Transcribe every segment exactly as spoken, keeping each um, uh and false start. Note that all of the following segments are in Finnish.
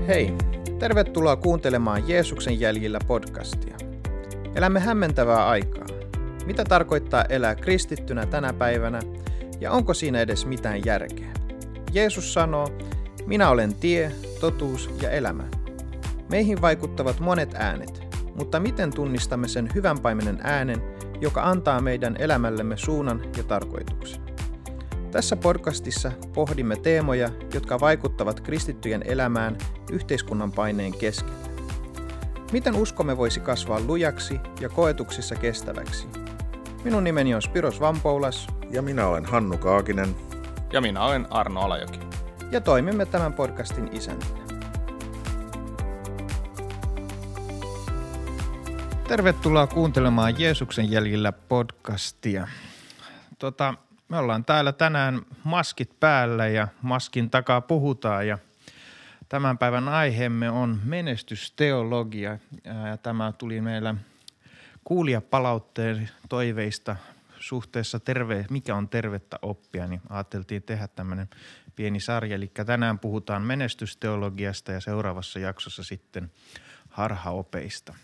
Hei, tervetuloa kuuntelemaan Jeesuksen jäljillä podcastia. Elämme hämmentävää aikaa. Mitä tarkoittaa elää kristittynä tänä päivänä ja onko siinä edes mitään järkeä? Jeesus sanoo, minä olen tie, totuus ja elämä. Meihin vaikuttavat monet äänet, mutta miten tunnistamme sen hyvänpaimenen äänen, joka antaa meidän elämällemme suunnan ja tarkoituksen? Tässä podcastissa pohdimme teemoja, jotka vaikuttavat kristittyjen elämään yhteiskunnan paineen keskellä. Miten uskomme voisi kasvaa lujaksi ja koetuksissa kestäväksi? Minun nimeni on Spiros Vampoulas. Ja minä olen Hannu Kaakinen. Ja minä olen Arno Alajoki. Ja toimimme tämän podcastin isäntinä. Tervetuloa kuuntelemaan Jeesuksen jäljillä podcastia. Tota, me ollaan täällä tänään maskit päällä ja maskin takaa puhutaan ja tämän päivän aiheemme on menestysteologia. Ja tämä tuli meillä kuulijapalautteen toiveista suhteessa terve, mikä on tervettä oppia, niin ajateltiin tehdä tämmöinen pieni sarja. Eli tänään puhutaan menestysteologiasta ja seuraavassa jaksossa sitten harhaopeista.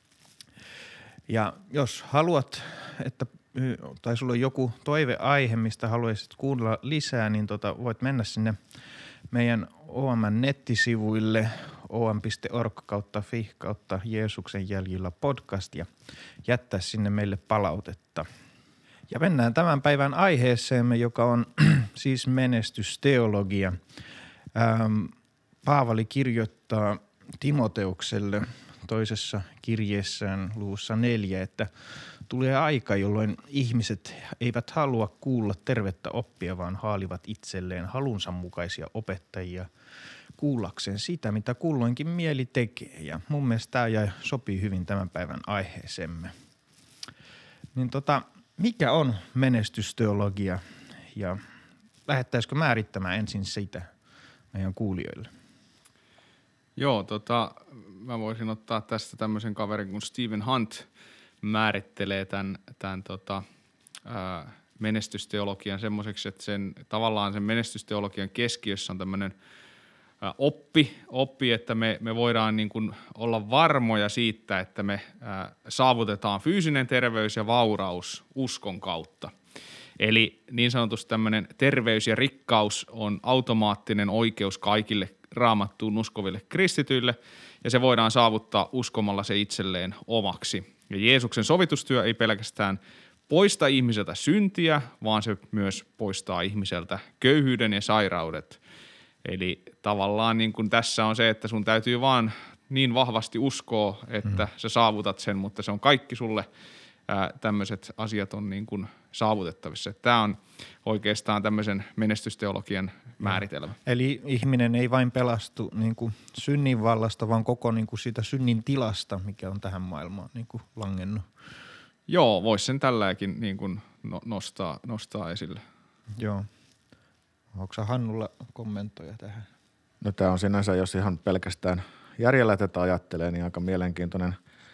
Ja jos haluat, että, tai sulla on joku toiveaihe, mistä haluaisit kuulla lisää, niin tota, voit mennä sinne meidän O M:n nettisivuille o m piste org kautta fi kautta Jeesuksen jäljillä podcast ja jättää sinne meille palautetta. Ja mennään tämän päivän aiheeseemme, joka on siis menestysteologia. Ähm, Paavali kirjoittaa Timoteukselle toisessa kirjeessään luvussa neljä, että tulee aika, jolloin ihmiset eivät halua kuulla tervettä oppia, vaan haalivat itselleen halunsa mukaisia opettajia kuullakseen sitä, mitä kulloinkin mieli tekee. Ja mun mielestä tämä jäi sopii hyvin tämän päivän aiheeseemme. Niin tota, mikä on menestysteologia ja lähettäisikö määrittämään ensin sitä meidän kuulijoille? Joo, tota, mä voisin ottaa tästä tämmöisen kaverin, kun Stephen Hunt määrittelee tämän, tämän tota, ää, menestysteologian semmoiseksi, että sen, tavallaan sen menestysteologian keskiössä on tämmöinen ää, oppi, oppi, että me, me voidaan niin kuin olla varmoja siitä, että me ää, saavutetaan fyysinen terveys ja vauraus uskon kautta. Eli niin sanotusti tämmöinen terveys ja rikkaus on automaattinen oikeus kaikille Raamattuun uskoville kristityille, ja se voidaan saavuttaa uskomalla se itselleen omaksi. Ja Jeesuksen sovitustyö ei pelkästään poista ihmiseltä syntiä, vaan se myös poistaa ihmiseltä köyhyyden ja sairaudet. Eli tavallaan niin kuin tässä on se, että sun täytyy vaan niin vahvasti uskoa, että mm. sä saavutat sen, mutta se on kaikki sulle tämmöiset asiat on niin kuin saavutettavissa. Tämä on oikeastaan tämmöisen menestysteologian määritelmä. Eli ihminen ei vain pelastu niin kuin synnin vallasta, vaan koko niin kuin siitä synnin tilasta, mikä on tähän maailmaan niin kuin langennut. Joo, voisi sen tälläkin niin kuin nostaa, nostaa esille. Joo. Onko sä Hannulla kommentoja tähän? No tämä on sinänsä, jos ihan pelkästään järjellä tätä ajattelee, niin aika mielenkiintoinen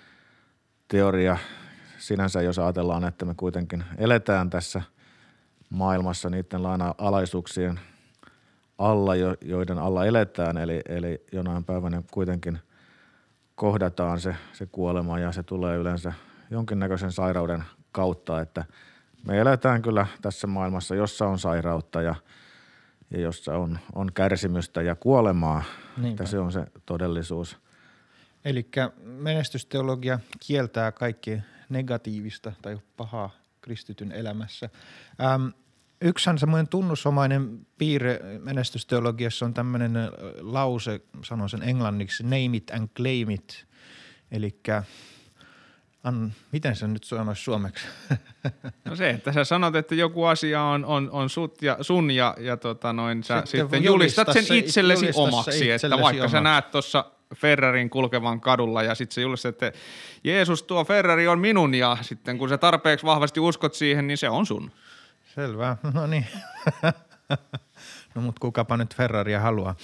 teoria. Sinänsä jos ajatellaan, että me kuitenkin eletään tässä maailmassa niiden lainalaisuuksien alla, joiden alla eletään, eli, eli jonain päivänä kuitenkin kohdataan se, se kuolema ja se tulee yleensä jonkinnäköisen sairauden kautta, että me eletään kyllä tässä maailmassa, jossa on sairautta ja, ja jossa on, on kärsimystä ja kuolemaa, Niinpä. Että se on se todellisuus. Eli menestysteologia kieltää kaikki negatiivista tai pahaa kristityn elämässä. Ähm, yksihän semmoinen tunnusomainen piirre menestysteologiassa on tämmöinen lause, sanon sen englanniksi, name it and claim it. Elikkä, an, miten se nyt sanoisi suomeksi? No se, että sä sanot, että joku asia on, on, on sut ja, sun ja, ja tota noin, sä sitten, sitten julistat sen se, itsellesi omaksi, se itsellesi että vaikka omaksi. Sä näet tuossa Ferrarin kulkevan kadulla ja sitten se julistat, että Jeesus, tuo Ferrari on minun ja sitten kun sä tarpeeksi vahvasti uskot siihen, niin se on sun. Selvä, no niin. No mut kukapa nyt Ferraria haluaa.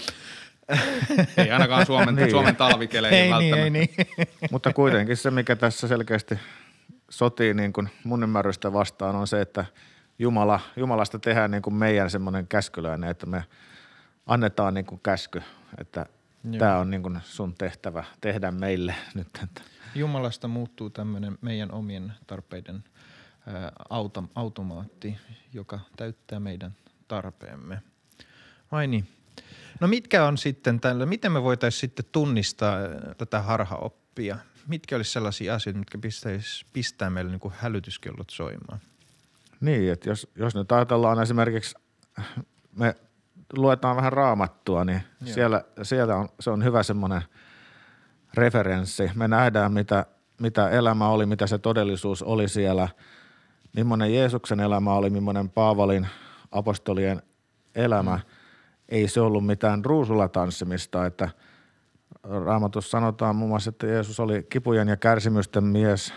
Ei ainakaan Suomen, niin. Suomen talvikeleihin ei välttämättä. Niin, ei niin. Mutta kuitenkin se, mikä tässä selkeästi sotii niin kuin mun ymmärrystä vastaan, on se, että Jumala, Jumalasta tehdään niin kuin meidän semmoinen käskyläinen, että me annetaan niin kuin käsky, että tämä on niin kuin sun tehtävä tehdä meille nyt. Että. Jumalasta muuttuu tämmöinen meidän omien tarpeiden ää, auto, automaatti, joka täyttää meidän tarpeemme. Vai niin? No mitkä on sitten tällä, miten me voitaisiin sitten tunnistaa tätä harhaoppia? Mitkä olisi sellaisia asioita, mitkä pistäisi, pistää meille niin kuin hälytyskellot soimaan? Niin, että jos, jos nyt ajatellaan esimerkiksi, me luetaan vähän Raamattua, niin siellä, siellä on, se on hyvä semmoinen referenssi. Me nähdään, mitä, mitä elämä oli, mitä se todellisuus oli siellä, millainen Jeesuksen elämä oli, millainen Paavalin apostolien elämä. Mm. Ei se ollut mitään ruusulatanssimista, että Raamatussa sanotaan muun muassa, että Jeesus oli kipujen ja kärsimysten mies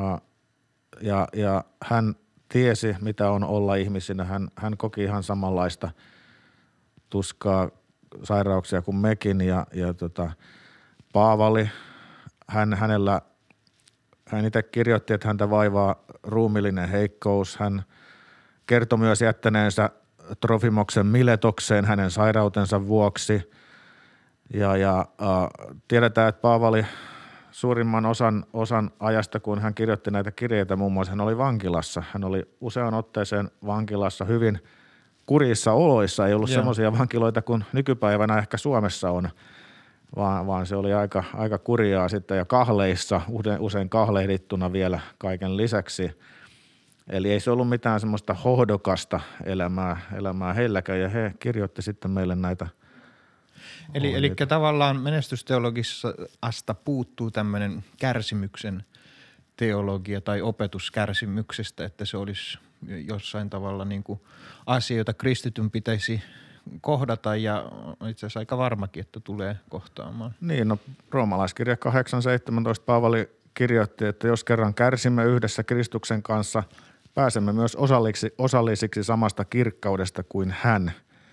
ja, ja hän tiesi, mitä on olla ihmisinä. Hän, hän koki ihan samanlaista tuskaa, sairauksia kuin mekin ja, ja tota, Paavali, hän, hänellä, hän itse kirjoitti, että häntä vaivaa ruumillinen heikkous. Hän kertoi myös jättäneensä Trofimoksen Miletokseen hänen sairautensa vuoksi. Ja, ja äh, tiedetään, että Paavali suurimman osan, osan ajasta, kun hän kirjoitti näitä kirjeitä, muun muassa hän oli vankilassa. Hän oli usean otteeseen vankilassa hyvin kurjissa oloissa. Ei ollut semmoisia vankiloita kuin nykypäivänä ehkä Suomessa on, vaan, vaan se oli aika, aika kurjaa sitten ja kahleissa, usein, usein kahlehdittuna vielä kaiken lisäksi. Eli ei se ollut mitään semmoista hohdokasta elämää, elämää heilläkään ja he kirjoitti sitten meille näitä. Eli, eli tavallaan menestysteologisesta puuttuu tämmöinen kärsimyksen teologia tai opetus kärsimyksestä, että se olisi jossain tavalla niin kuin asia, jota kristityn pitäisi kohdata ja on itse asiassa aika varmakin, että tulee kohtaamaan. Niin, no roomalaiskirja kahdeksan seitsemäntoista Paavali kirjoitti, että jos kerran kärsimme yhdessä Kristuksen kanssa, pääsemme myös osallisiksi, osallisiksi samasta kirkkaudesta kuin hän.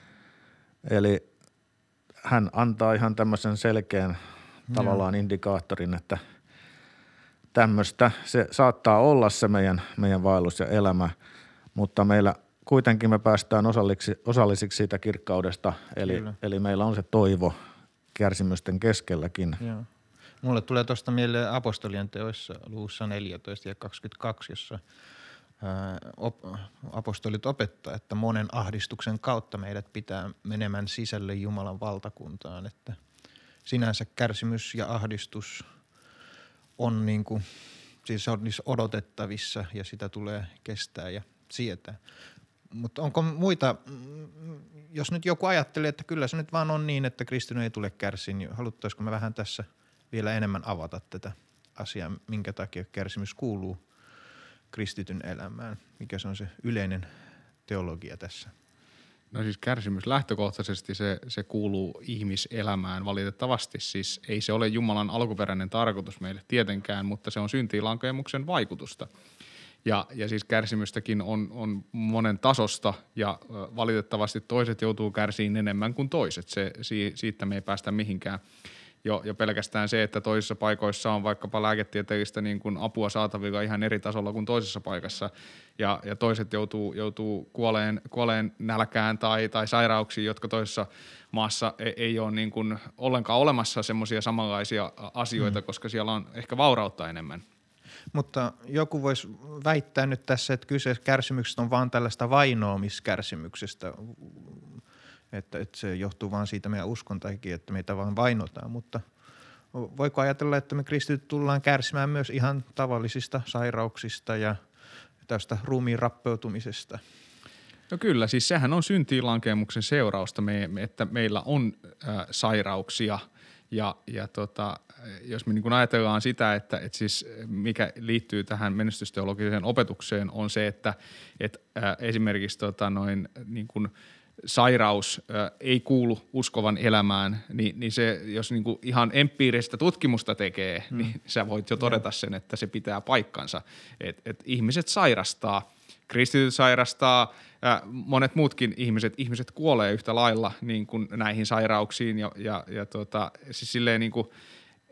Eli hän antaa ihan tämmöisen selkeän tavallaan indikaattorin, että tämmöistä se saattaa olla se meidän, meidän vaellus ja elämä, mutta meillä kuitenkin me päästään osallisiksi, osallisiksi siitä kirkkaudesta, eli, eli meillä on se toivo kärsimysten keskelläkin. Joo. Mulle tulee tuosta mieleen apostolien teoissa luvussa neljätoista ja kaksikymmentäkaksi, jossa ää, op, apostolit opettaa, että monen ahdistuksen kautta meidät pitää menemään sisälle Jumalan valtakuntaan, että sinänsä kärsimys ja ahdistus on niin kuin, siis on odotettavissa ja sitä tulee kestää ja sietää. Mutta onko muita, jos nyt joku ajattelee, että kyllä se nyt vaan on niin, että kristityn ei tule kärsiin, niin haluttaisiko me vähän tässä vielä enemmän avata tätä asiaa, minkä takia kärsimys kuuluu kristityn elämään? Mikä se on se yleinen teologia tässä? No siis kärsimys lähtökohtaisesti se, se kuuluu ihmiselämään valitettavasti. Siis ei se ole Jumalan alkuperäinen tarkoitus meille tietenkään, mutta se on syntiinlankemuksen vaikutusta. Ja, ja siis kärsimystäkin on, on monen tasosta ja valitettavasti toiset joutuu kärsiin enemmän kuin toiset. Se, siitä me ei päästä mihinkään. Jo, jo pelkästään se, että toisissa paikoissa on vaikkapa lääketieteellistä niin kuin apua saatavilla ihan eri tasolla kuin toisessa paikassa ja, ja toiset joutuu, joutuu kuoleen, kuoleen nälkään tai, tai sairauksiin, jotka toisessa maassa ei, ei ole niin kuin ollenkaan olemassa semmoisia samanlaisia asioita, mm. koska siellä on ehkä vaurautta enemmän. Mutta joku voisi väittää nyt tässä, että kyse kärsimyksestä on vaan tällaista vainoamiskärsimyksestä, että, että se johtuu vaan siitä meidän uskontakin, että meitä vaan vainotaan, mutta voiko ajatella, että me kristityt tullaan kärsimään myös ihan tavallisista sairauksista ja tästä ruumiin rappeutumisesta? No kyllä, siis sehän on syntiinlankemuksen seurausta, me, että meillä on äh, sairauksia ja, ja tota, jos me niin kuin ajatellaan sitä, että, että siis mikä liittyy tähän menestysteologiseen opetukseen on se, että, että äh, esimerkiksi tota noin niin kuin sairaus äh, ei kuulu uskovan elämään, niin, niin se, jos niinku ihan empiiristä tutkimusta tekee, mm. niin sä voit jo todeta sen, että se pitää paikkansa. Et, et ihmiset sairastaa, kristityt sairastaa, äh, monet muutkin ihmiset, ihmiset kuolee yhtä lailla niin kuin näihin sairauksiin ja, ja, ja tota, siis silleen niin kuin,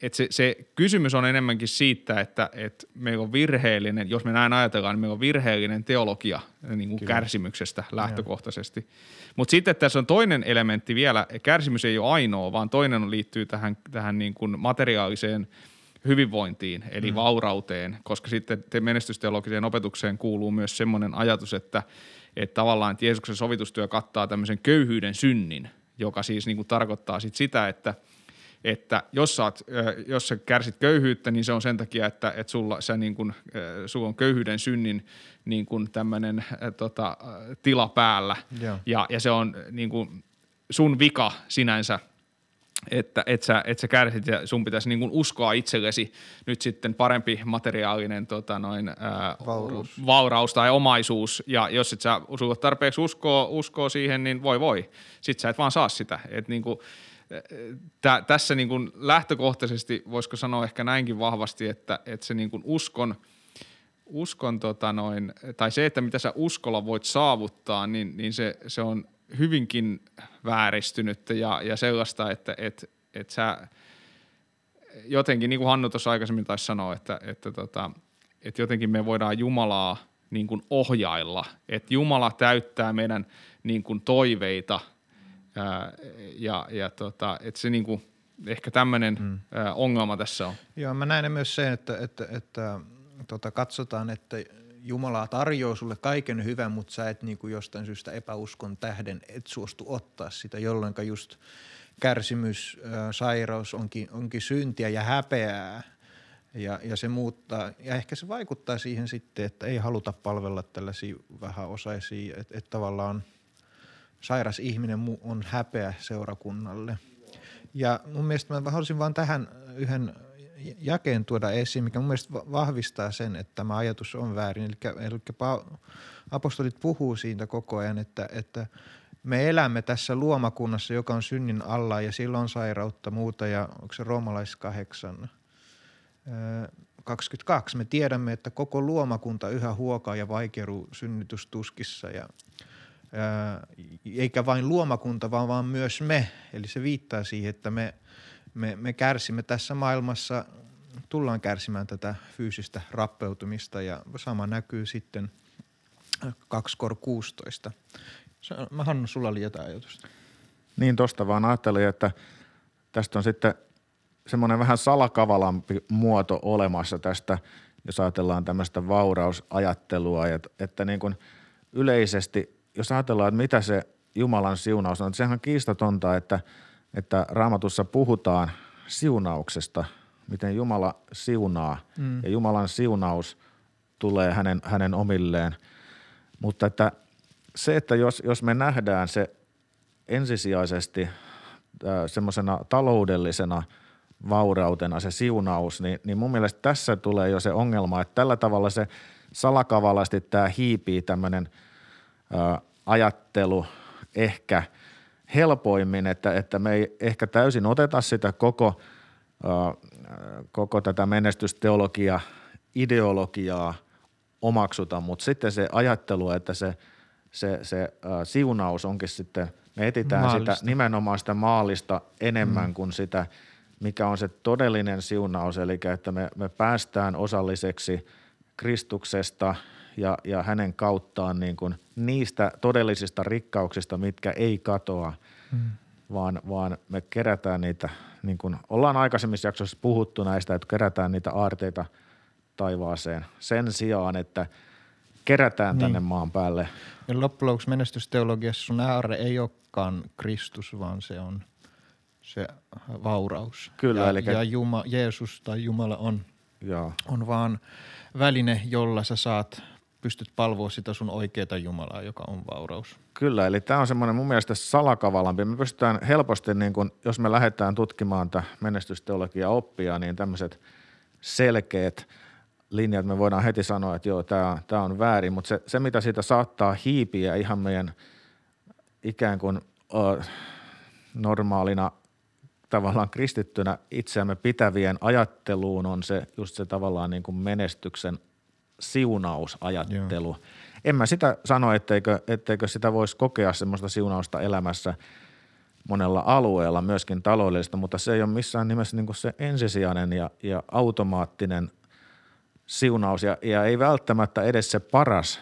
et se, se kysymys on enemmänkin siitä, että et meillä on virheellinen, jos me näin ajatellaan, niin meillä on virheellinen teologia niin kuin kärsimyksestä lähtökohtaisesti. Mutta sitten tässä on toinen elementti vielä, kärsimys ei ole ainoa, vaan toinen liittyy tähän, tähän niin kuin materiaaliseen hyvinvointiin, eli mm. vaurauteen, koska sitten menestysteologiseen opetukseen kuuluu myös semmoinen ajatus, että, että tavallaan että Jeesuksen sovitustyö kattaa tämmöisen köyhyyden synnin, joka siis niin kuin tarkoittaa sit sitä, että, että jos, sä oot, jos sä kärsit köyhyyttä, niin se on sen takia, että, että sulla, sä niin kuin, sulla on köyhyyden synnin niin kuin tämmöinen tota, tila päällä ja, ja se on niin kuin sun vika sinänsä, että et sä, et sä kärsit ja sun pitäisi niin kuin uskoa itsellesi nyt sitten parempi materiaalinen tota noin, ää, vauraus. vauraus tai omaisuus ja jos et sä sulla tarpeeksi uskoa, uskoa siihen, niin voi voi, sit sä et vaan saa sitä. Et niin kuin, tä, tässä niin kuin lähtökohtaisesti voisiko sanoa ehkä näinkin vahvasti, että, että se niin kuin uskon, uskon tota noin, tai se, että mitä sä uskolla voit saavuttaa, niin, niin se, se on hyvinkin vääristynyt ja, ja sellaista, että et, et sä jotenkin, niin kuin Hannu tuossa aikaisemmin taisi sanoa, että, että, tota, että jotenkin me voidaan Jumalaa niin kuin ohjailla, että Jumala täyttää meidän niin kuin toiveita ää, ja, ja tota, että se niin kuin, ehkä tämmöinen mm. ää, ongelma tässä on. Joo, mä näen myös sen, että, että, että tota, katsotaan, että Jumala tarjoaa sulle kaiken hyvän, mutta sä et niin kuin jostain syystä epäuskon tähden et suostu ottaa sitä, jolloin just kärsimys, ää, sairaus onkin, onkin syntiä ja häpeää ja, ja se muuttaa ja ehkä se vaikuttaa siihen sitten, että ei haluta palvella tällaisia vähäosaisia, että, että tavallaan sairas ihminen on häpeä seurakunnalle. Ja mun mielestä mä haluaisin vaan tähän yhden jakeen tuoda esiin, mikä mun mielestä vahvistaa sen, että tämä ajatus on väärin. Eli, eli apostolit puhuu siitä koko ajan, että, että me elämme tässä luomakunnassa, joka on synnin alla ja sillä on sairautta muuta ja onko se roomalais kahdeksan kaksikymmentäkaksi. Me tiedämme, että koko luomakunta yhä huokaa ja vaikeutuu synnytystuskissa ja eikä vain luomakunta, vaan, vaan myös me. Eli se viittaa siihen, että me, me, me kärsimme tässä maailmassa, tullaan kärsimään tätä fyysistä rappeutumista ja sama näkyy sitten kaksi kuusitoista. Mä Hannu, sulla oli jotain ajatusta. Niin tosta vaan ajattelin, että tästä on sitten semmoinen vähän salakavalampi muoto olemassa tästä, jos ajatellaan tämmöistä vaurausajattelua, että, että niin kuin yleisesti jos ajatellaan, että mitä se Jumalan siunaus on, että sehän on kiistatonta, että, että Raamatussa puhutaan siunauksesta, miten Jumala siunaa mm. ja Jumalan siunaus tulee hänen, hänen omilleen. Mutta että se, että jos, jos me nähdään se ensisijaisesti äh, semmoisena taloudellisena vaurautena se siunaus, niin, niin mun mielestä tässä tulee jo se ongelma, että tällä tavalla se salakavalasti tämä hiipii tämmöinen Ä, ajattelu ehkä helpoimmin, että, että me ei ehkä täysin oteta sitä koko, ä, koko tätä menestysteologia, ideologiaa omaksuta, mutta sitten se ajattelu, että se, se, se ä, siunaus onkin sitten, me etsitään maallista. Sitä nimenomaan sitä maallista enemmän mm. kuin sitä, mikä on se todellinen siunaus, eli että me, me päästään osalliseksi Kristuksesta ja, ja hänen kauttaan niin kuin niistä todellisista rikkauksista, mitkä ei katoa, mm. vaan, vaan me kerätään niitä, niin kuin ollaan aikaisemmissa jaksoissa puhuttu näistä, että kerätään niitä aarteita taivaaseen sen sijaan, että kerätään tänne niin. maan päälle. Ja loppujen lopuksi menestysteologiassa sun aarre ei olekaan Kristus, vaan se on se vauraus. Kyllä, ja, eli ja Juma, Jeesus tai Jumala on, on vaan väline, jolla sä saat, pystyt palvoa sitä sun oikeata Jumalaa, joka on vauraus. Kyllä, eli tämä on semmoinen mun mielestä salakavalampi. Me pystytään helposti, niin kun, jos me lähdetään tutkimaan tätä menestysteologiaa oppia, niin tämmöiset selkeät linjat, me voidaan heti sanoa, että joo, tämä, tämä on väärin, mutta se, se, mitä siitä saattaa hiipiä ihan meidän ikään kuin uh, normaalina tavallaan kristittynä itseämme pitävien ajatteluun on se just se tavallaan niin kuin menestyksen siunausajattelu. Joo. En mä sitä sano, etteikö, etteikö sitä voisi kokea semmoista siunausta elämässä, monella alueella, myöskin taloudellista, mutta se ei ole missään nimessä niin kuin se ensisijainen ja, ja automaattinen siunaus ja, ja ei välttämättä edes se paras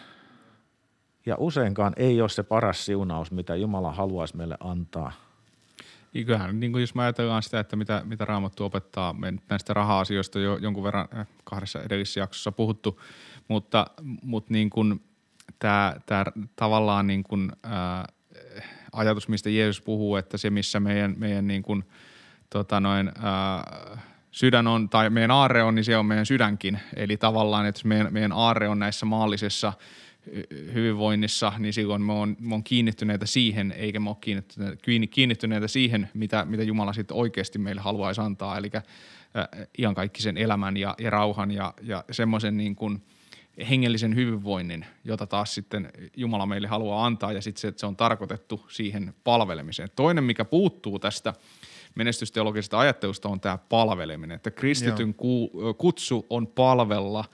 ja useinkaan ei ole se paras siunaus, mitä Jumala haluaisi meille antaa. Kyllähän, niin kuin jos me ajatellaan sitä, että mitä, mitä Raamattu opettaa, me näistä raha-asioista jo jonkun verran kahdessa edellisessä jaksossa puhuttu, mutta, mutta niin kuin tämä, tämä tavallaan niin kuin, ää, ajatus, mistä Jeesus puhuu, että se missä meidän, meidän niin kuin, tota noin, ää, sydän on, tai meidän aarre on, niin se on meidän sydänkin. Eli tavallaan, että meidän, meidän aarre on näissä maallisessa hyvinvoinnissa, niin silloin me on, me on kiinnittyneitä siihen, eikä me ole kiinnittyneitä, kiinnittyneitä siihen, mitä, mitä Jumala sitten oikeasti meille haluaisi antaa, eli äh, ihan kaikki sen elämän ja, ja rauhan ja, ja semmoisen niin kuin hengellisen hyvinvoinnin, jota taas sitten Jumala meille haluaa antaa, ja sitten se, että se on tarkoitettu siihen palvelemiseen. Toinen, mikä puuttuu tästä menestysteologisesta ajattelusta, on tämä palveleminen, että kristityn ku, kutsu on palvella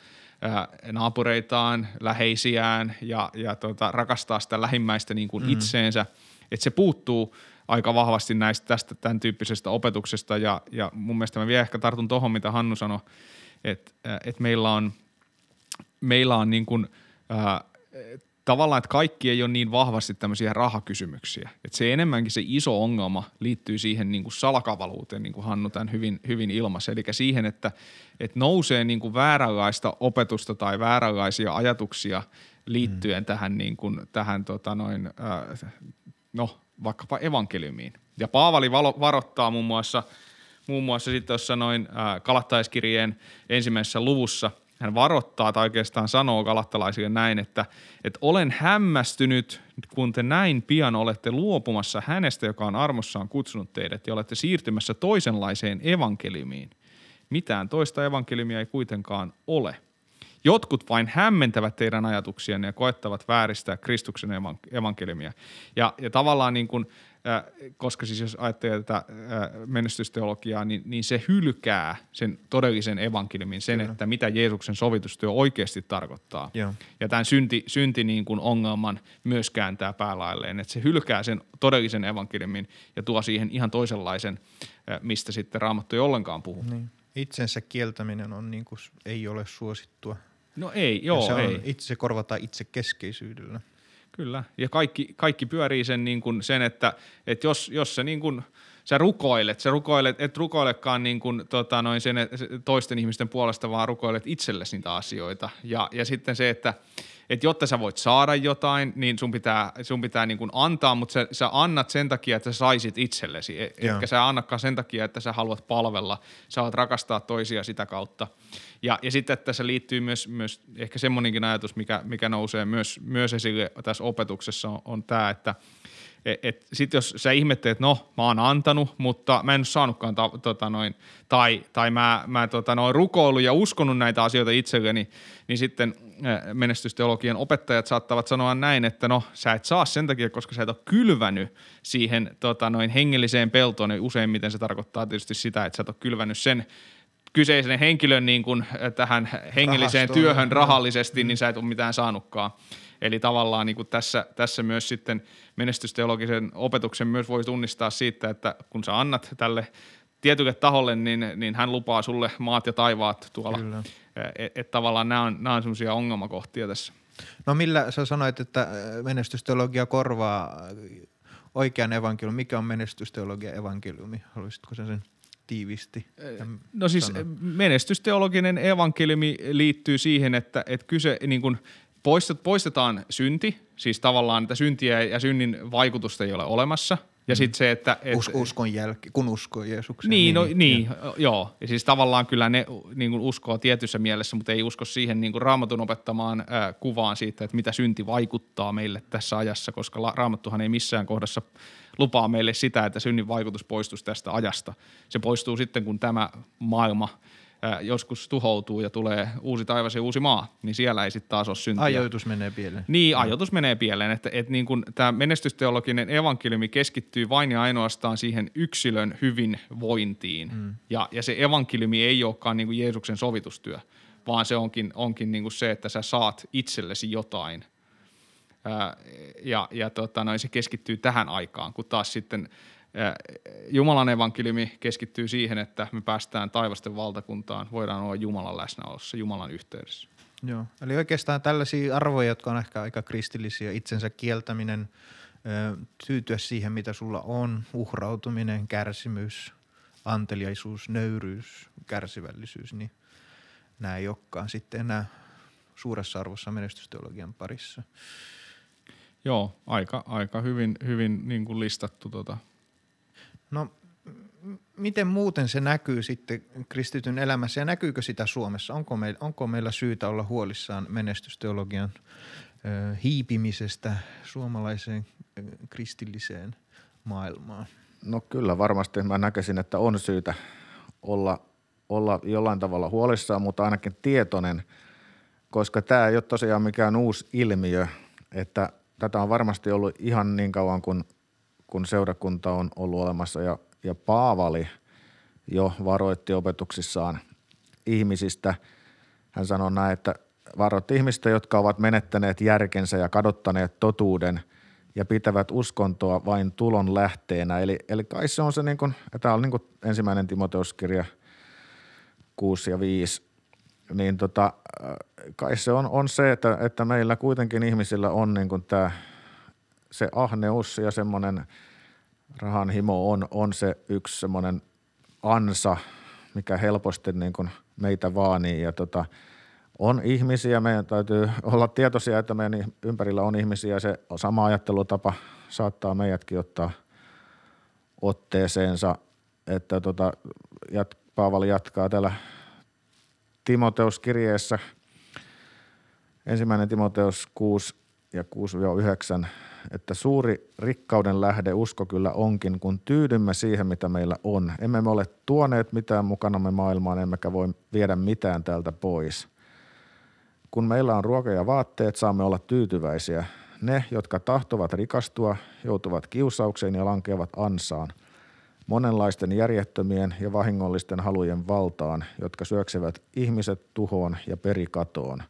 naapureitaan, läheisiään ja, ja tota, rakastaa sitä lähimmäistä niin kuin mm. itseensä. Että se puuttuu aika vahvasti näistä tästä tämän tyyppisestä opetuksesta ja, ja mun mielestä mä vielä ehkä tartun tuohon, mitä Hannu sanoi, että et meillä on, meillä on niin kuin, äh, tavallaan, että kaikki ei ole niin vahvasti tämmöisiä rahakysymyksiä. Että se enemmänkin se iso ongelma liittyy siihen niin kuin salakavaluuteen, niin kuin Hannu tämän hyvin, hyvin ilmaisi. Eli siihen, että, että nousee niin kuin vääränlaista opetusta tai vääränlaisia ajatuksia liittyen mm. tähän, niin kuin, tähän tota noin, äh, no, vaikkapa evankeliumiin. Ja Paavali valo, varoittaa muun muassa, muun muassa sitten tuossa noin äh, Galattalaiskirjeen ensimmäisessä luvussa, hän varoittaa tai oikeastaan sanoo galattalaisille näin, että, että olen hämmästynyt, kun te näin pian olette luopumassa hänestä, joka on armossaan kutsunut teidät, ja olette siirtymässä toisenlaiseen evankeliumiin. Mitään toista evankeliumia ei kuitenkaan ole. Jotkut vain hämmentävät teidän ajatuksianne ja koettavat vääristää Kristuksen evankeliumia. Ja, ja tavallaan niin kuin, äh, koska siis jos ajattelee tätä äh, menestysteologiaa, niin, niin se hylkää sen todellisen evankeliumin, sen, Kyllä. että mitä Jeesuksen sovitustyö oikeasti tarkoittaa. Joo. Ja tämän synti, synti niin kuin ongelman myös kääntää päälailleen, että se hylkää sen todellisen evankeliumin ja tuo siihen ihan toisenlaisen, äh, mistä sitten Raamattu ei ollenkaan puhu. Niin. Itsensä kieltäminen on niin kuin, ei ole suosittua. No ei, joo, se on, ei. Itse se korvataan itse keskeisyydellä. Kyllä, ja kaikki, kaikki pyörii sen, niin kuin sen että, että jos, jos sä, niin kuin, sä rukoilet, sä rukoilet, et rukoilekaan niin kuin, tota, noin sen, toisten ihmisten puolesta, vaan rukoilet itsellesi niitä asioita. Ja, ja sitten se, että et jotta sä voit saada jotain, niin sun pitää, sun pitää niin kuin antaa, mutta sä, sä annat sen takia, että sä saisit itsellesi. Etkä sä annakaan sen takia, että sä haluat palvella, sä haluat rakastaa toisia sitä kautta. Ja, ja sitten tässä liittyy myös, myös ehkä semmoinenkin ajatus, mikä, mikä nousee myös, myös esille tässä opetuksessa on, on tämä, että et, et sitten jos sä ihmettelet, että no mä oon antanut, mutta mä en ole saanutkaan ta, tota noin, tai, tai mä, mä tota noin rukoillut ja uskonut näitä asioita itselleni, niin sitten menestysteologian opettajat saattavat sanoa näin, että no sä et saa sen takia, koska sä et ole kylvänyt siihen tota noin, hengelliseen peltoon, niin useimmiten se tarkoittaa tietysti sitä, että sä et ole kylvänyt sen kyseisen henkilön niin kuin tähän hengelliseen Rahastoon. työhön rahallisesti, niin sä et ole mitään saanutkaan. Eli tavallaan niin kuin tässä, tässä myös sitten menestysteologisen opetuksen myös voi tunnistaa siitä, että kun sä annat tälle tietylle taholle, niin, niin hän lupaa sulle maat ja taivaat tuolla. Että et tavallaan nämä on, nämä on semmoisia ongelmakohtia tässä. No millä sä sanoit, että menestysteologia korvaa oikean evankeliumin? Mikä on menestysteologian evankeliumi? Haluaisitko sä sen tiivisti? No siis sanoa? Menestysteologinen evankeliumi liittyy siihen, että, että kyse niin kuin poistetaan synti, siis tavallaan että syntiä ja synnin vaikutusta ei ole olemassa. Ja sitten se, että et, Us, uskon jälkeen, kun uskoo Jeesukseen. Niin, no, niin ja. joo. Ja siis tavallaan kyllä ne niin kuin uskoo tietyssä mielessä, mutta ei usko siihen niin kuin Raamatun opettamaan ää, kuvaan siitä, että mitä synti vaikuttaa meille tässä ajassa, koska la, Raamattuhan ei missään kohdassa lupaa meille sitä, että synnin vaikutus poistuisi tästä ajasta. Se poistuu sitten, kun tämä maailma ää, joskus tuhoutuu ja tulee uusi taivas ja uusi maa, niin siellä ei sitten taas ole syntiä. Ajoitus menee pieleen. Niin, ajoitus menee pieleen, että, että niin kuin tämä menestysteologinen evankeliumi keskittyy vain ja ainoastaan siihen yksilön hyvinvointiin. Mm. Ja, ja se evankeliumi ei olekaan niin kuin Jeesuksen sovitustyö, vaan se onkin, onkin niin kuin se, että sä saat itsellesi jotain. Ää, ja ja tota, noin, se keskittyy tähän aikaan, kun taas sitten Jumalan evankeliumi keskittyy siihen, että me päästään taivasten valtakuntaan, voidaan olla Jumalan läsnäolossa, Jumalan yhteydessä. Joo, eli oikeastaan tällaisia arvoja, jotka on ehkä aika kristillisiä, itsensä kieltäminen, tyytyä siihen, mitä sulla on, uhrautuminen, kärsimys, anteliaisuus, nöyryys, kärsivällisyys, niin nämä ei olekaan sitten enää suuressa arvossa menestysteologian parissa. Joo, aika, aika hyvin, hyvin niin kuin listattu. Tota. No m- miten muuten se näkyy sitten kristityn elämässä ja näkyykö sitä Suomessa? Onko meillä, onko meillä syytä olla huolissaan menestysteologian ö, hiipimisestä suomalaiseen ö, kristilliseen maailmaan? No kyllä varmasti mä näkisin, että on syytä olla, olla jollain tavalla huolissaan, mutta ainakin tietoinen, koska tämä ei ole tosiaan mikään uusi ilmiö, että tätä on varmasti ollut ihan niin kauan, kun, kun seurakunta on ollut olemassa ja, ja Paavali jo varoitti opetuksissaan ihmisistä. Hän sanoi näin, että varoitti ihmistä, jotka ovat menettäneet järkensä ja kadottaneet totuuden ja pitävät uskontoa vain tulon lähteenä. Eli, eli kai se on se, niin kuin, tämä on niin kuin ensimmäinen Timoteuskirja kuusi ja viisi, niin tota, kai se on, on se, että, että meillä kuitenkin ihmisillä on niin kuin tämä, se ahneus ja semmoinen rahanhimo on, on se yksi semmoinen ansa, mikä helposti niin kuin meitä vaanii ja tota, on ihmisiä, meidän täytyy olla tietoisia, että meidän ympärillä on ihmisiä ja se sama ajattelutapa saattaa meidätkin ottaa otteeseensa, että tota, jat, Paavali jatkaa täällä Timoteuskirjeessä, ensimmäinen Timoteus kuusi ja kuusi yhdeksän, että suuri rikkauden lähde usko kyllä onkin, kun tyydymme siihen, mitä meillä on. Emme me ole tuoneet mitään mukanamme maailmaan, emmekä voi viedä mitään täältä pois. Kun meillä on ruoka ja vaatteet, saamme olla tyytyväisiä. Ne, jotka tahtovat rikastua, joutuvat kiusaukseen ja lankeavat ansaan, monenlaisten järjettömien ja vahingollisten halujen valtaan, jotka syöksevät ihmiset tuhoon ja perikatoon.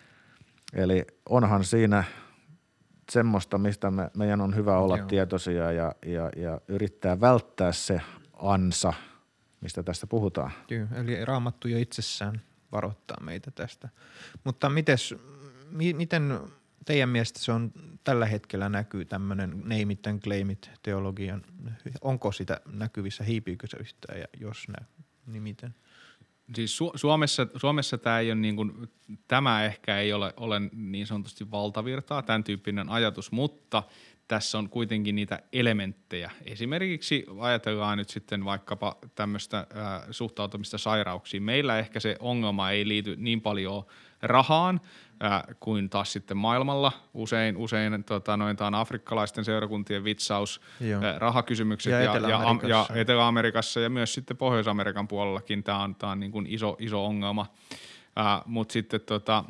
Eli onhan siinä semmoista, mistä me, meidän on hyvä olla Joo. tietoisia ja, ja, ja yrittää välttää se ansa, mistä tästä puhutaan. Kyllä, eli Raamattu jo itsessään varoittaa meitä tästä. Mutta mites, mi, miten teidän mielestä se on tällä hetkellä näkyy tämmöinen name it and claim it -teologian? Onko sitä näkyvissä, hiipiykö se yhtään ja jos näy, niin miten? Siis Su- Suomessa, Suomessa tämä ei ole niin kuin, tämä ehkä ei ole, ole niin sanotusti valtavirtaa, tämän tyyppinen ajatus, mutta tässä on kuitenkin niitä elementtejä. Esimerkiksi ajatellaan nyt sitten vaikkapa tämmöistä äh, suhtautumista sairauksiin. Meillä ehkä se ongelma ei liity niin paljon rahaan äh, kuin taas sitten maailmalla. Usein, usein tota, noin, tämä on afrikkalaisten seurakuntien vitsaus, äh, rahakysymykset ja, ja, Etelä-Amerikassa. Ja, ja Etelä-Amerikassa ja myös sitten Pohjois-Amerikan puolellakin tämä on, tämä on niin kuin iso, iso ongelma. Äh, mutta sitten tota,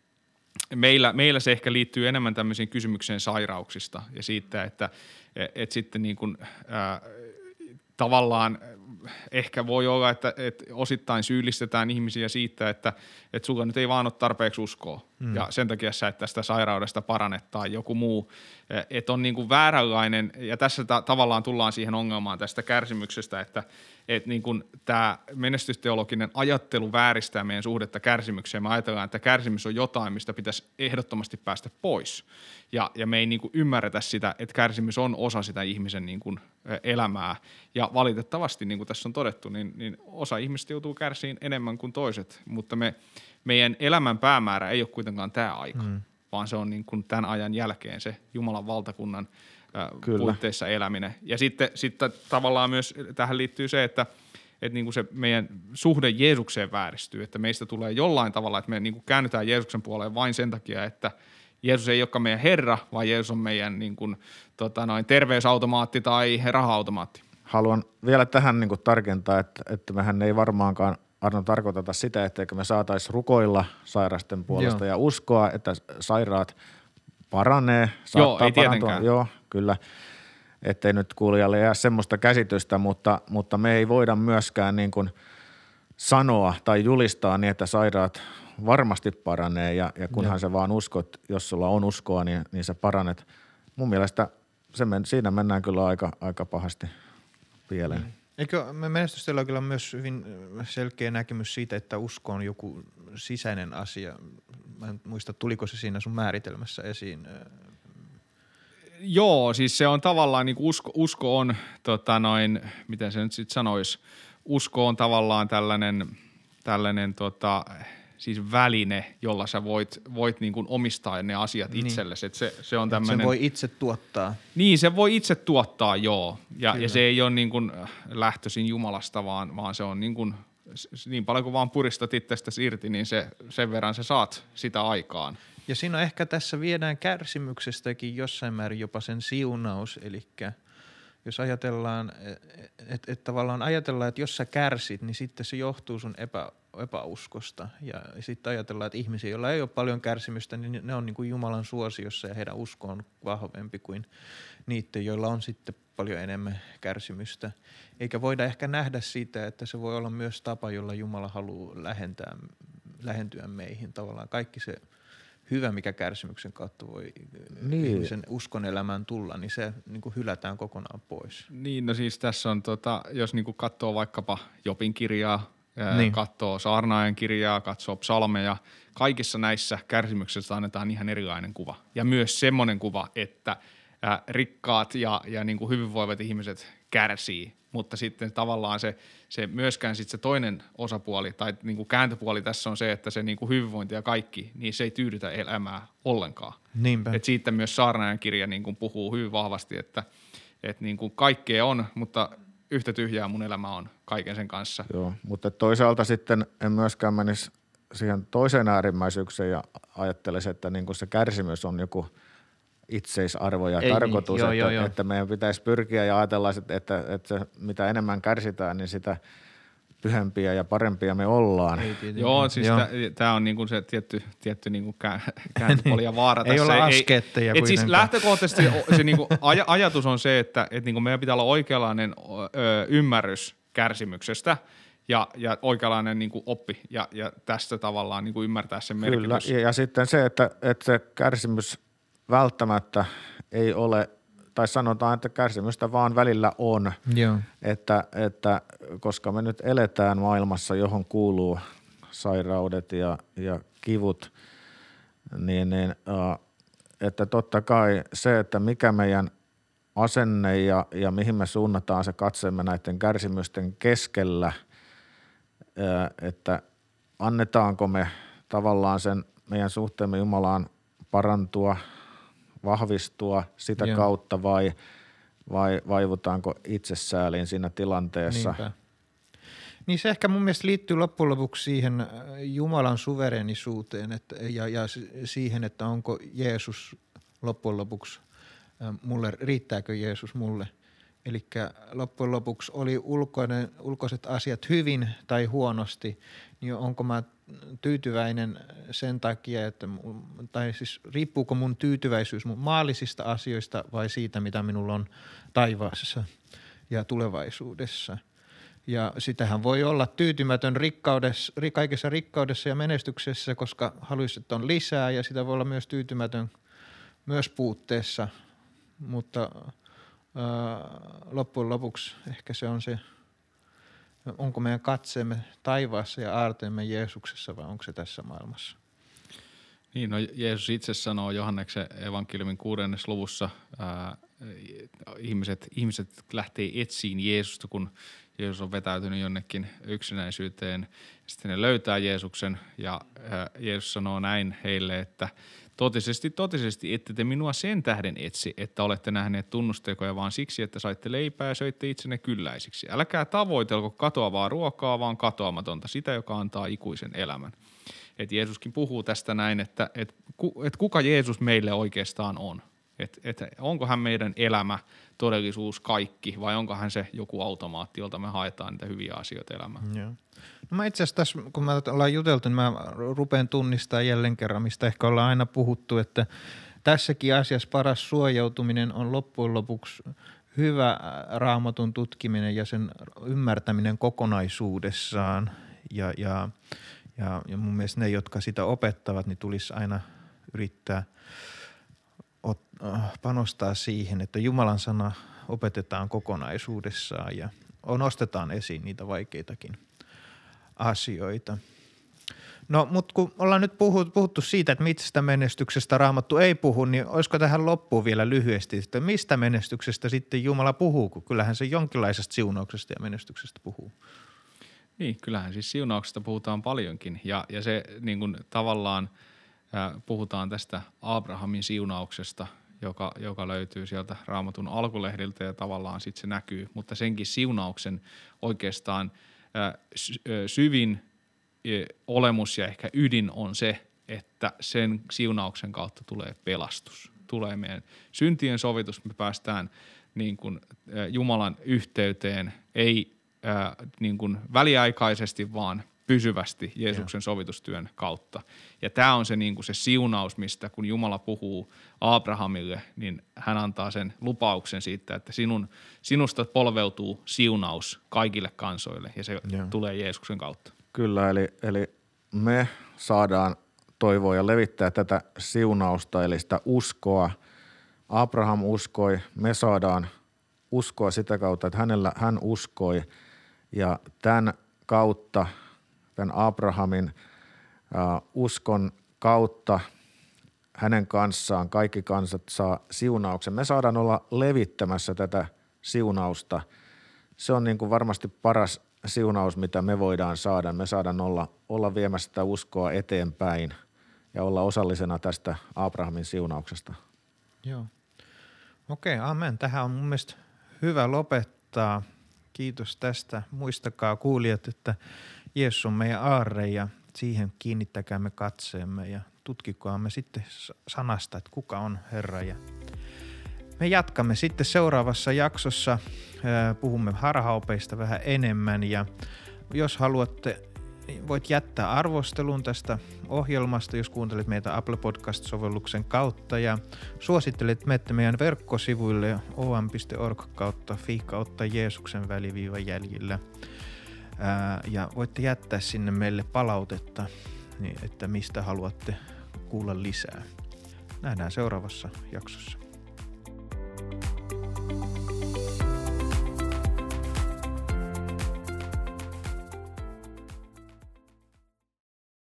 Meillä, meillä se ehkä liittyy enemmän tämmöisiin kysymykseen sairauksista ja siitä, että et sitten niin kuin, ää, tavallaan ehkä voi olla, että et osittain syyllistetään ihmisiä siitä, että et sulla nyt ei vaan ole tarpeeksi uskoa mm. ja sen takia sä et tästä sairaudesta parane tai joku muu. Että on niin kuin vääränlainen, ja tässä ta- tavallaan tullaan siihen ongelmaan tästä kärsimyksestä, että et niin kuin tämä menestysteologinen ajattelu vääristää meidän suhdetta kärsimykseen. Me ajatellaan, että kärsimys on jotain, mistä pitäisi ehdottomasti päästä pois. Ja, ja me ei niin kuin ymmärretä sitä, että kärsimys on osa sitä ihmisen niin kuin elämää. Ja valitettavasti, niin kuin tässä on todettu, niin, niin osa ihmistä joutuu kärsiin enemmän kuin toiset. Mutta me, meidän elämän päämäärä ei ole kuitenkaan tämä aika, mm. vaan se on niin kuin tämän ajan jälkeen se Jumalan valtakunnan Kyllä. puitteissa eläminen. Ja sitten, sitten tavallaan myös tähän liittyy se, että, että niin kuin se meidän suhde Jeesukseen vääristyy, että meistä tulee jollain tavalla, että me niin kuin käännytään Jeesuksen puoleen vain sen takia, että Jeesus ei olekaan meidän Herra, vaan Jeesus on meidän niin kuin, tota noin, terveysautomaatti tai raha-automaatti. Haluan vielä tähän niin kuin tarkentaa, että, että mehän ei varmaankaan Arno tarkoiteta sitä, etteikö me saataisiin rukoilla sairasten puolesta Joo. ja uskoa, että sairaat paranee, saattaa Joo, ei parantua. Tietenkään. Joo, kyllä, ettei nyt kuulijalle jää semmoista käsitystä, mutta, mutta me ei voida myöskään niin kuin sanoa tai julistaa niin, että sairaat varmasti paranee ja, ja kunhan Joo. sä vaan uskot, jos sulla on uskoa, niin, niin sä paranet. Mun mielestä se men, siinä mennään kyllä aika, aika pahasti pieleen. Mm. Eikö menestysteologilla on myös hyvin selkeä näkemys siitä, että usko on joku sisäinen asia? Mä en muista, tuliko se siinä sun määritelmässä esiin? Joo, siis se on tavallaan, niin kuin usko, usko on, tota noin, miten se nyt sitten sanoisi, usko on tavallaan tällainen, tällainen tota, siis väline, jolla sä voit, voit niin kuin omistaa ne asiat niin itsellesi. Et se, se on tämmöinen, sen voi itse tuottaa. Niin, se voi itse tuottaa, joo. Ja, ja se ei ole niin kuin lähtöisin Jumalasta, vaan, vaan se on niin kuin, niin paljon kuin vaan puristat itsestäsi irti, niin se, sen verran sä saat sitä aikaan. Ja siinä on ehkä tässä viedään kärsimyksestäkin jossain määrin jopa sen siunaus, eli jos ajatellaan, että et tavallaan ajatellaan, että jos sä kärsit, niin sitten se johtuu sun epä, epäuskosta. Ja sitten ajatellaan, että ihmisiä, joilla ei ole paljon kärsimystä, niin ne on niin kuin Jumalan suosiossa ja heidän usko on vahvempi kuin niiden, joilla on sitten paljon enemmän kärsimystä. Eikä voida ehkä nähdä sitä, että se voi olla myös tapa, jolla Jumala haluaa lähentää, lähentyä meihin. Tavallaan kaikki se hyvä, mikä kärsimyksen kautta voi niin ihmisen uskon elämään tulla, niin se niin kuin hylätään kokonaan pois. Niin, no siis tässä on, tota, jos niin kuin katsoo vaikkapa Jobin kirjaa, niin. katsoo saarnaajan kirjaa, katsoo psalmeja, kaikissa näissä kärsimyksissä annetaan ihan erilainen kuva. Ja myös semmoinen kuva, että ää, rikkaat ja, ja niin kuin hyvinvoivat ihmiset kärsii, mutta sitten tavallaan se, se myöskään sit se toinen osapuoli tai niin kuin kääntöpuoli tässä on se, että se niin kuin hyvinvointi ja kaikki, niin se ei tyydytä elämää ollenkaan. Niinpä. Et siitä myös saarnaajan kirja niin kuin puhuu hyvin vahvasti, että et niin kuin kaikkea on, mutta yhtä tyhjää mun elämä on kaiken sen kanssa. Joo, mutta toisaalta sitten en myöskään menisi siihen toiseen äärimmäisyykseen ja ajattelisi, että niin kuin se kärsimys on joku itseisarvo ja ei tarkoitus, niin. joo, että, joo, joo. että meidän pitäisi pyrkiä ja ajatella, että, että, että se, mitä enemmän kärsitään, niin sitä pyhempiä ja parempia me ollaan. Ei, joo, siis tämä on niinku se tietty, tietty niinku kääntöpuoli ja vaara ei tässä. Olla askeetteja et siis lähtökohtaisesti se niinku aj- ajatus on se, että et niinku meidän pitää olla oikeanlainen ö, ymmärrys kärsimyksestä ja, ja oikeanlainen niinku oppi ja, ja tästä tavallaan niinku ymmärtää sen merkitys. Kyllä, ja, ja sitten se, että, että se kärsimys välttämättä ei ole, tai sanotaan, että kärsimystä vaan välillä on, Joo. Että, että koska me nyt eletään maailmassa, johon kuuluu sairaudet ja, ja kivut, niin, niin että totta kai se, että mikä meidän asenne ja, ja mihin me suunnataan se katseemme näiden kärsimysten keskellä, että annetaanko me tavallaan sen meidän suhteemme Jumalaan parantua, vahvistua sitä Joo. kautta vai, vai vaivutaanko itsesääliin siinä tilanteessa. Niinpä. Niin se ehkä mun mielestä liittyy loppujen lopuksi siihen Jumalan suvereenisuuteen että, ja, ja siihen, että onko Jeesus loppujen lopuksi mulle, riittääkö Jeesus mulle. Eli loppujen lopuksi oli ulkoinen, ulkoiset asiat hyvin tai huonosti, niin onko mä tyytyväinen sen takia, että, tai siis riippuuko mun tyytyväisyys mun maallisista asioista vai siitä, mitä minulla on taivaassa ja tulevaisuudessa. Ja sitähän voi olla tyytymätön rikkaudessa, kaikessa rikkaudessa ja menestyksessä, koska haluaisi, että on lisää ja sitä voi olla myös tyytymätön myös puutteessa, mutta loppujen lopuksi ehkä se on se, onko meidän katseemme taivaassa ja aarteemme Jeesuksessa vai onko se tässä maailmassa? Niin, no Jeesus itse sanoo Johanneksen evankeliumin kuudennessa luvussa, ää, ihmiset, ihmiset lähtee etsiin Jeesusta, kun Jeesus on vetäytynyt jonnekin yksinäisyyteen. Sitten ne löytää Jeesuksen ja ää, Jeesus sanoo näin heille, että totisesti, totisesti ette te minua sen tähden etsi, että olette nähneet tunnustekoja, vaan siksi, että saitte leipää ja söitte itsenne kylläisiksi. Älkää tavoitelko katoavaa ruokaa, vaan katoamatonta, sitä, joka antaa ikuisen elämän. Et Jeesuskin puhuu tästä näin, että et, et kuka Jeesus meille oikeastaan on. Että et onko hän meidän elämä, todellisuus, kaikki, vai onko hän se joku automaatti, jolta me haetaan niitä hyviä asioita elämään. Joo. No mä itse asiassa tässä, kun me ollaan juteltu, niin mä rupean tunnistamaan jälleen kerran, mistä ehkä ollaan aina puhuttu, että tässäkin asiassa paras suojautuminen on loppujen lopuksi hyvä Raamatun tutkiminen ja sen ymmärtäminen kokonaisuudessaan. Ja, ja, ja, ja mun mielestä ne, jotka sitä opettavat, niin tulisi aina yrittää panostaa siihen, että Jumalan sana opetetaan kokonaisuudessaan ja nostetaan esiin niitä vaikeitakin asioita. No, mutta kun ollaan nyt puhuttu siitä, että mistä menestyksestä Raamattu ei puhu, niin olisiko tähän loppuun vielä lyhyesti, että mistä menestyksestä sitten Jumala puhuu, kun kyllähän se jonkinlaisesta siunauksesta ja menestyksestä puhuu. Niin, kyllähän siis siunauksesta puhutaan paljonkin ja, ja se niin kuin tavallaan äh, puhutaan tästä Abrahamin siunauksesta, joka, joka löytyy sieltä Raamatun alkulehdiltä ja tavallaan sitten se näkyy, mutta senkin siunauksen oikeastaan äh, sy- äh, syvin äh, olemus ja ehkä ydin on se, että sen siunauksen kautta tulee pelastus, tulee meidän syntien sovitus, me päästään niin kuin, äh, Jumalan yhteyteen, ei Ää, niin kuin väliaikaisesti, vaan pysyvästi Jeesuksen sovitustyön kautta. Ja tämä on se, niin kuin se siunaus, mistä kun Jumala puhuu Abrahamille, niin hän antaa sen lupauksen siitä, että sinun, sinusta polveutuu siunaus kaikille kansoille, ja se Joo. tulee Jeesuksen kautta. Kyllä, eli, eli me saadaan toivoa ja levittää tätä siunausta, eli sitä uskoa. Abraham uskoi, me saadaan uskoa sitä kautta, että hänellä, hän uskoi, ja tämän kautta, tämän Abrahamin äh, uskon kautta hänen kanssaan kaikki kansat saa siunauksen. Me saadaan olla levittämässä tätä siunausta. Se on niin kuin varmasti paras siunaus, mitä me voidaan saada. Me saadaan olla, olla viemässä sitä uskoa eteenpäin ja olla osallisena tästä Abrahamin siunauksesta. Joo. Okei, amen. Tähän on mun mielestä hyvä lopettaa. Kiitos tästä. Muistakaa kuulijat, että Jeesus on meidän aarre ja siihen kiinnittäkäämme katseemme ja tutkikaamme sitten sanasta, että kuka on Herra. Ja me jatkamme sitten seuraavassa jaksossa. Puhumme harhaopeista vähän enemmän ja jos haluatte, voit jättää arvostelun tästä ohjelmasta, jos kuuntelet meitä Apple Podcast-sovelluksen kautta ja suosittelet menette meidän verkkosivuille o m piste org kautta fi kautta Jeesuksen väliviiva jäljillä. Ää, ja voitte jättää sinne meille palautetta, niin että mistä haluatte kuulla lisää. Nähdään seuraavassa jaksossa.